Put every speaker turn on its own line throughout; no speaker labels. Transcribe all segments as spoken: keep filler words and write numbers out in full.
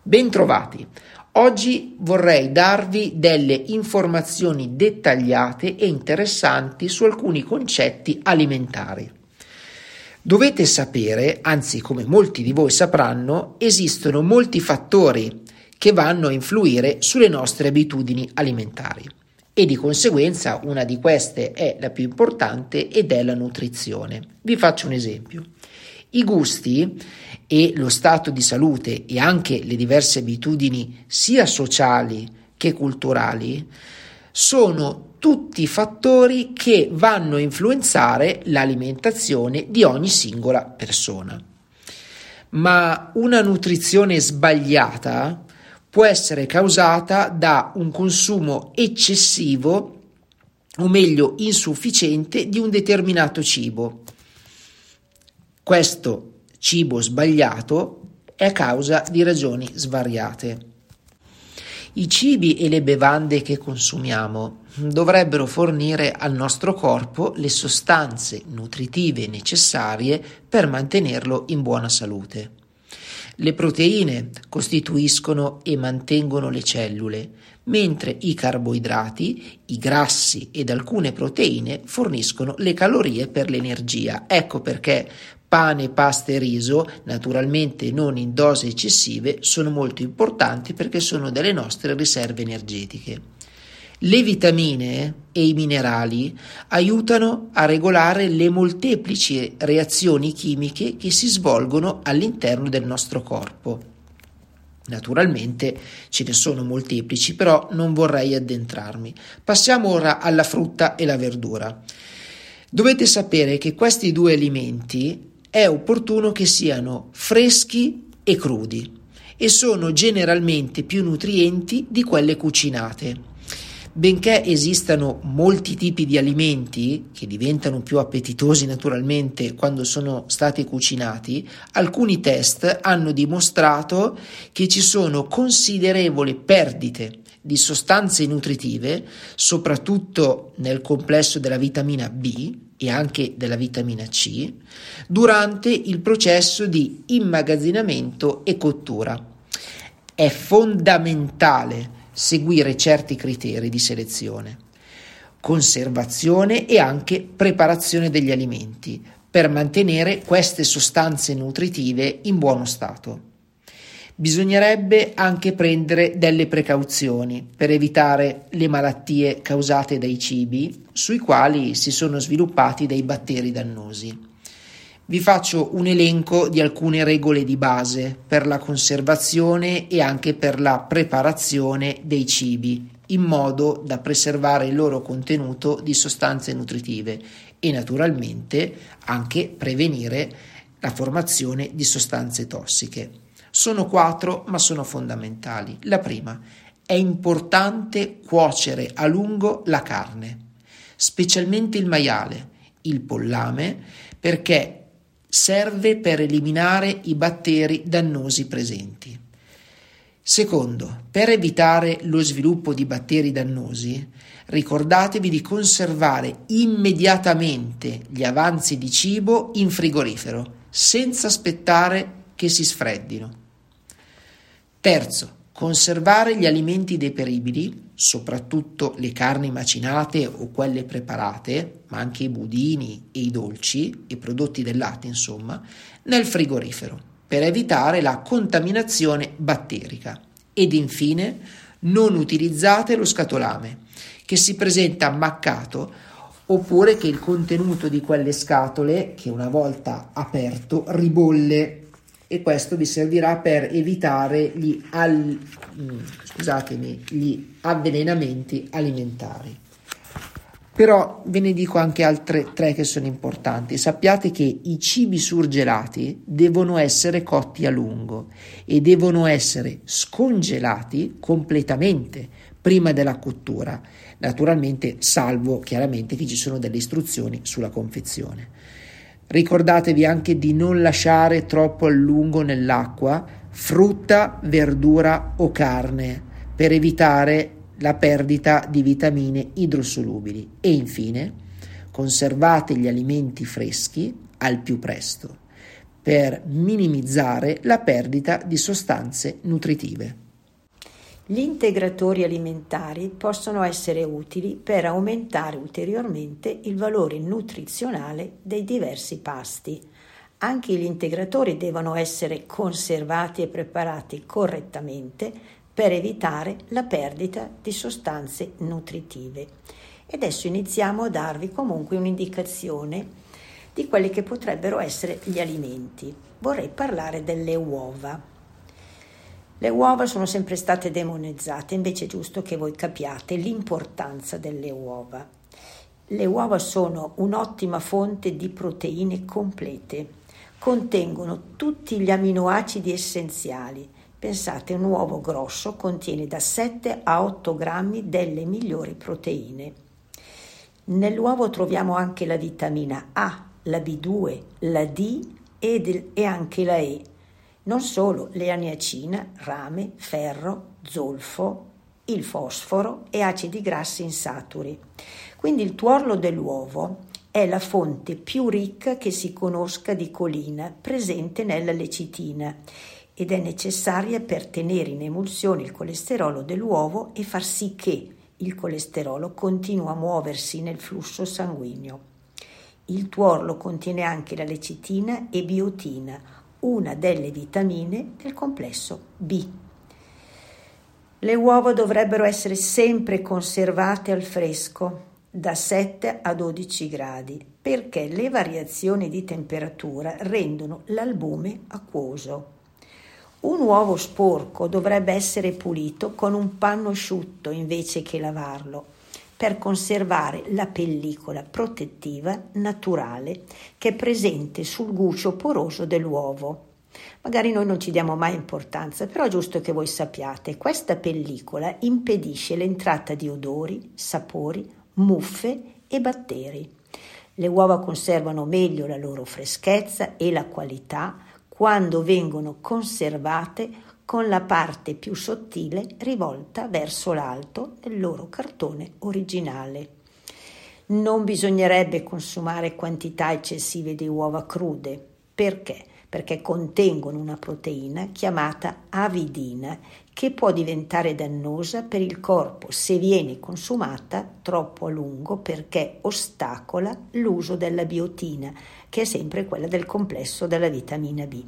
Bentrovati. Oggi vorrei darvi delle informazioni dettagliate e interessanti su alcuni concetti alimentari. Dovete sapere, anzi come molti di voi sapranno, esistono molti fattori che vanno a influire sulle nostre abitudini alimentari e di conseguenza una di queste è la più importante ed è la nutrizione. Vi faccio un esempio. I gusti e lo stato di salute e anche le diverse abitudini sia sociali che culturali sono tutti fattori che vanno a influenzare l'alimentazione di ogni singola persona. Ma una nutrizione sbagliata può essere causata da un consumo eccessivo o meglio insufficiente di un determinato cibo. Questo cibo sbagliato è a causa di ragioni svariate. I cibi e le bevande che consumiamo dovrebbero fornire al nostro corpo le sostanze nutritive necessarie per mantenerlo in buona salute. Le proteine costituiscono e mantengono le cellule, mentre i carboidrati, i grassi ed alcune proteine forniscono le calorie per l'energia. Ecco perché pane, pasta e riso, naturalmente non in dosi eccessive, sono molto importanti perché sono delle nostre riserve energetiche. Le vitamine e i minerali aiutano a regolare le molteplici reazioni chimiche che si svolgono all'interno del nostro corpo. Naturalmente ce ne sono molteplici, però non vorrei addentrarmi. Passiamo ora alla frutta e la verdura. Dovete sapere che questi due alimenti è opportuno che siano freschi e crudi e sono generalmente più nutrienti di quelle cucinate. Benché esistano molti tipi di alimenti che diventano più appetitosi naturalmente quando sono stati cucinati, alcuni test hanno dimostrato che ci sono considerevoli perdite di sostanze nutritive, soprattutto nel complesso della vitamina B e anche della vitamina C, durante il processo di immagazzinamento e cottura. È fondamentale seguire certi criteri di selezione, conservazione e anche preparazione degli alimenti per mantenere queste sostanze nutritive in buono stato. Bisognerebbe anche prendere delle precauzioni per evitare le malattie causate dai cibi sui quali si sono sviluppati dei batteri dannosi. Vi faccio un elenco di alcune regole di base per la conservazione e anche per la preparazione dei cibi, in modo da preservare il loro contenuto di sostanze nutritive e naturalmente anche prevenire la formazione di sostanze tossiche. Sono quattro, ma sono fondamentali. La prima: è importante cuocere a lungo la carne, specialmente il maiale, il pollame, perché serve per eliminare i batteri dannosi presenti. Secondo, per evitare lo sviluppo di batteri dannosi, ricordatevi di conservare immediatamente gli avanzi di cibo in frigorifero, senza aspettare che si sfreddino. Terzo, conservare gli alimenti deperibili, soprattutto le carni macinate o quelle preparate, ma anche i budini e i dolci, i prodotti del latte insomma, nel frigorifero, per evitare la contaminazione batterica. Ed infine, non utilizzate lo scatolame, che si presenta ammaccato, oppure che il contenuto di quelle scatole, che una volta aperto, ribolle, e questo vi servirà per evitare gli, al, scusatemi, gli avvelenamenti alimentari. Però ve ne dico anche altre tre che sono importanti. Sappiate che i cibi surgelati devono essere cotti a lungo e devono essere scongelati completamente prima della cottura, naturalmente salvo chiaramente che ci sono delle istruzioni sulla confezione. Ricordatevi anche di non lasciare troppo a lungo nell'acqua frutta, verdura o carne per evitare la perdita di vitamine idrosolubili. E infine, conservate gli alimenti freschi al più presto per minimizzare la perdita di sostanze nutritive.
Gli integratori alimentari possono essere utili per aumentare ulteriormente il valore nutrizionale dei diversi pasti. Anche gli integratori devono essere conservati e preparati correttamente per evitare la perdita di sostanze nutritive. E adesso iniziamo a darvi comunque un'indicazione di quelli che potrebbero essere gli alimenti. Vorrei parlare delle uova. Le uova sono sempre state demonizzate, invece è giusto che voi capiate l'importanza delle uova. Le uova sono un'ottima fonte di proteine complete, contengono tutti gli aminoacidi essenziali. Pensate, un uovo grosso contiene da sette a otto grammi delle migliori proteine. Nell'uovo troviamo anche la vitamina A, la B due, la D ed, e anche la E. Non solo, l'eaniacina, rame, ferro, zolfo, il fosforo e acidi grassi insaturi. Quindi il tuorlo dell'uovo è la fonte più ricca che si conosca di colina presente nella lecitina ed è necessaria per tenere in emulsione il colesterolo dell'uovo e far sì che il colesterolo continui a muoversi nel flusso sanguigno. Il tuorlo contiene anche la lecitina e biotina, una delle vitamine del complesso B. Le uova dovrebbero essere sempre conservate al fresco da sette a dodici gradi perché le variazioni di temperatura rendono l'albume acquoso. Un uovo sporco dovrebbe essere pulito con un panno asciutto invece che lavarlo per conservare la pellicola protettiva naturale che è presente sul guscio poroso dell'uovo. Magari noi non ci diamo mai importanza, però è giusto che voi sappiate, questa pellicola impedisce l'entrata di odori, sapori, muffe e batteri. Le uova conservano meglio la loro freschezza e la qualità quando vengono conservate con la parte più sottile rivolta verso l'alto del loro cartone originale. Non bisognerebbe consumare quantità eccessive di uova crude. Perché? Perché contengono una proteina chiamata avidina che può diventare dannosa per il corpo se viene consumata troppo a lungo perché ostacola l'uso della biotina, che è sempre quella del complesso della vitamina B.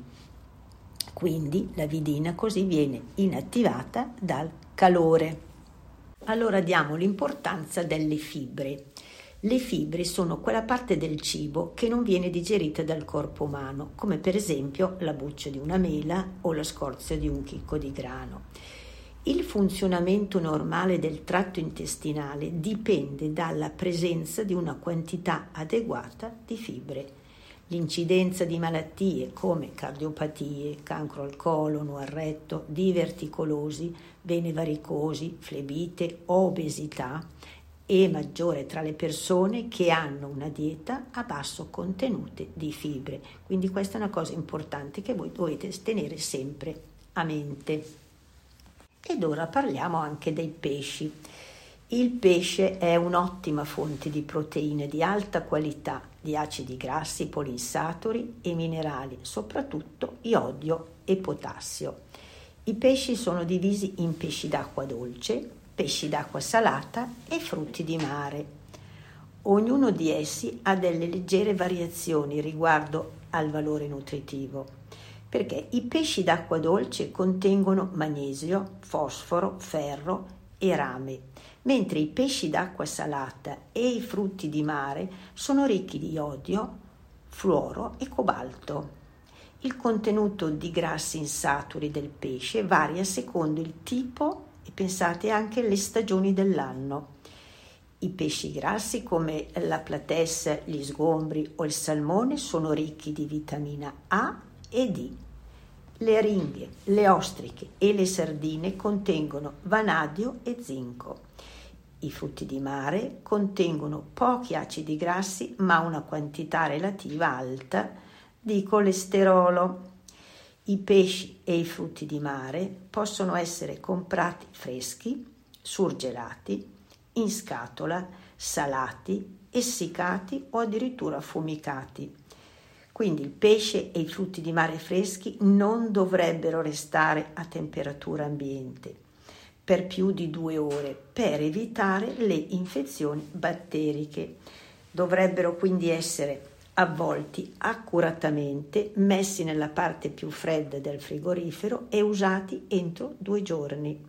Quindi l'avidina così viene inattivata dal calore. Allora diamo l'importanza delle fibre. Le fibre sono quella parte del cibo che non viene digerita dal corpo umano, come per esempio la buccia di una mela o la scorza di un chicco di grano. Il funzionamento normale del tratto intestinale dipende dalla presenza di una quantità adeguata di fibre. L'incidenza di malattie come cardiopatie, cancro al colon o al retto, diverticolosi, vene varicosi, flebite, obesità è maggiore tra le persone che hanno una dieta a basso contenuto di fibre. Quindi questa è una cosa importante che voi dovete tenere sempre a mente. Ed ora parliamo anche dei pesci. Il pesce è un'ottima fonte di proteine di alta qualità, di acidi grassi, poliinsaturi e minerali, soprattutto iodio e potassio. I pesci sono divisi in pesci d'acqua dolce, pesci d'acqua salata e frutti di mare. Ognuno di essi ha delle leggere variazioni riguardo al valore nutritivo, perché i pesci d'acqua dolce contengono magnesio, fosforo, ferro e rame, mentre i pesci d'acqua salata e i frutti di mare sono ricchi di iodio, fluoro e cobalto. Il contenuto di grassi insaturi del pesce varia secondo il tipo e pensate anche alle stagioni dell'anno. I pesci grassi come la platessa, gli sgombri o il salmone sono ricchi di vitamina A e D. Le aringhe, le ostriche e le sardine contengono vanadio e zinco. I frutti di mare contengono pochi acidi grassi ma una quantità relativa alta di colesterolo. I pesci e i frutti di mare possono essere comprati freschi, surgelati, in scatola, salati, essiccati o addirittura affumicati. Quindi il pesce e i frutti di mare freschi non dovrebbero restare a temperatura ambiente per più di due ore per evitare le infezioni batteriche. Dovrebbero quindi essere avvolti accuratamente, messi nella parte più fredda del frigorifero e usati entro due giorni.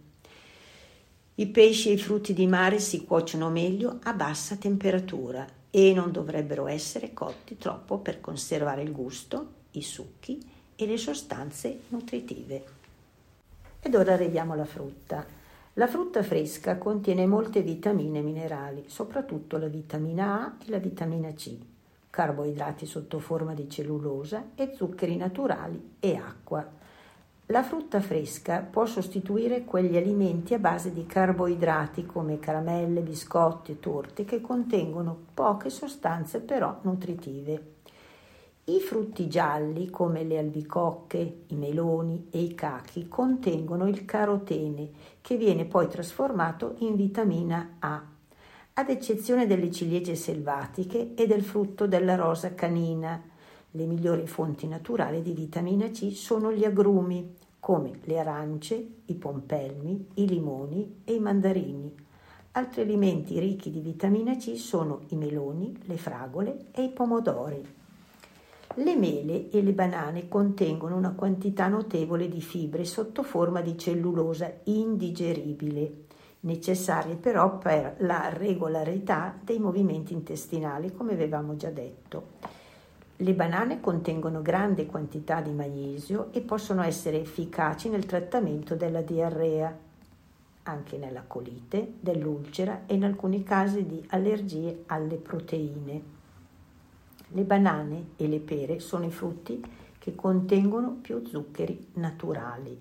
I pesci e i frutti di mare si cuociono meglio a bassa temperatura e non dovrebbero essere cotti troppo per conservare il gusto, i succhi e le sostanze nutritive. Ed ora arriviamo alla frutta. La frutta fresca contiene molte vitamine e minerali, soprattutto la vitamina A e la vitamina C, carboidrati sotto forma di cellulosa e zuccheri naturali e acqua. La frutta fresca può sostituire quegli alimenti a base di carboidrati come caramelle, biscotti e torte che contengono poche sostanze però nutritive. I frutti gialli come le albicocche, i meloni e i cachi contengono il carotene che viene poi trasformato in vitamina A, ad eccezione delle ciliegie selvatiche e del frutto della rosa canina. Le migliori fonti naturali di vitamina C sono gli agrumi, come le arance, i pompelmi, i limoni e i mandarini. Altri alimenti ricchi di vitamina C sono i meloni, le fragole e i pomodori. Le mele e le banane contengono una quantità notevole di fibre sotto forma di cellulosa indigeribile, necessarie però per la regolarità dei movimenti intestinali, come avevamo già detto. Le banane contengono grande quantità di magnesio e possono essere efficaci nel trattamento della diarrea, anche nella colite, dell'ulcera e in alcuni casi di allergie alle proteine. Le banane e le pere sono i frutti che contengono più zuccheri naturali.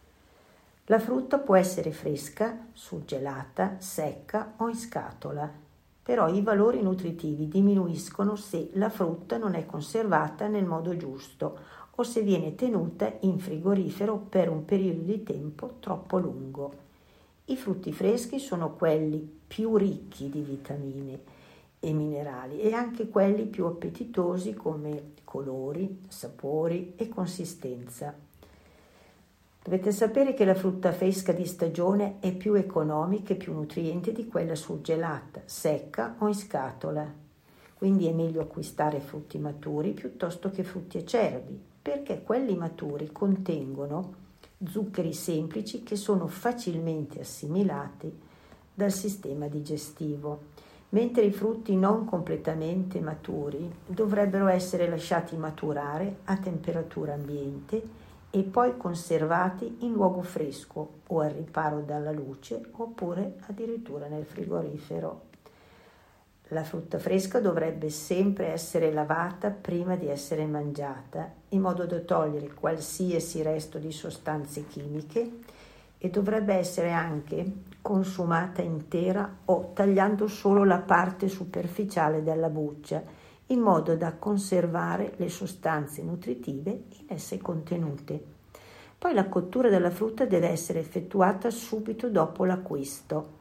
La frutta può essere fresca, surgelata, secca o in scatola. Però i valori nutritivi diminuiscono se la frutta non è conservata nel modo giusto o se viene tenuta in frigorifero per un periodo di tempo troppo lungo. I frutti freschi sono quelli più ricchi di vitamine e minerali e anche quelli più appetitosi come colori, sapori e consistenza. Dovete sapere che la frutta fresca di stagione è più economica e più nutriente di quella surgelata, secca o in scatola. Quindi è meglio acquistare frutti maturi piuttosto che frutti acerbi, perché quelli maturi contengono zuccheri semplici che sono facilmente assimilati dal sistema digestivo, mentre i frutti non completamente maturi dovrebbero essere lasciati maturare a temperatura ambiente e poi conservati in luogo fresco o al riparo dalla luce oppure addirittura nel frigorifero. La frutta fresca dovrebbe sempre essere lavata prima di essere mangiata, in modo da togliere qualsiasi resto di sostanze chimiche e dovrebbe essere anche consumata intera o tagliando solo la parte superficiale della buccia, in modo da conservare le sostanze nutritive in esse contenute. Poi la cottura della frutta deve essere effettuata subito dopo l'acquisto.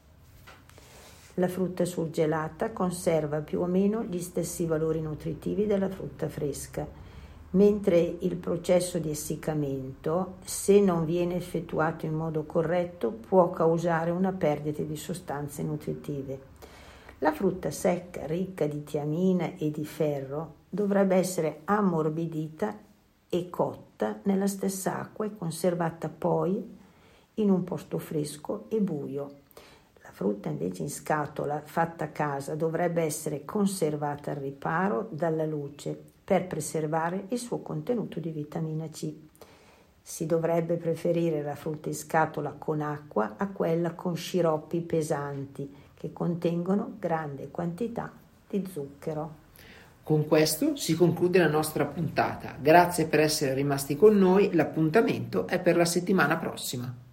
La frutta surgelata conserva più o meno gli stessi valori nutritivi della frutta fresca, mentre il processo di essiccamento, se non viene effettuato in modo corretto, può causare una perdita di sostanze nutritive. La frutta secca, ricca di tiamina e di ferro, dovrebbe essere ammorbidita e cotta nella stessa acqua e conservata poi in un posto fresco e buio. La frutta invece in scatola, fatta a casa, dovrebbe essere conservata al riparo dalla luce per preservare il suo contenuto di vitamina C. Si dovrebbe preferire la frutta in scatola con acqua a quella con sciroppi pesanti, che contengono grande quantità di zucchero.
Con questo si conclude la nostra puntata. Grazie per essere rimasti con noi. L'appuntamento è per la settimana prossima.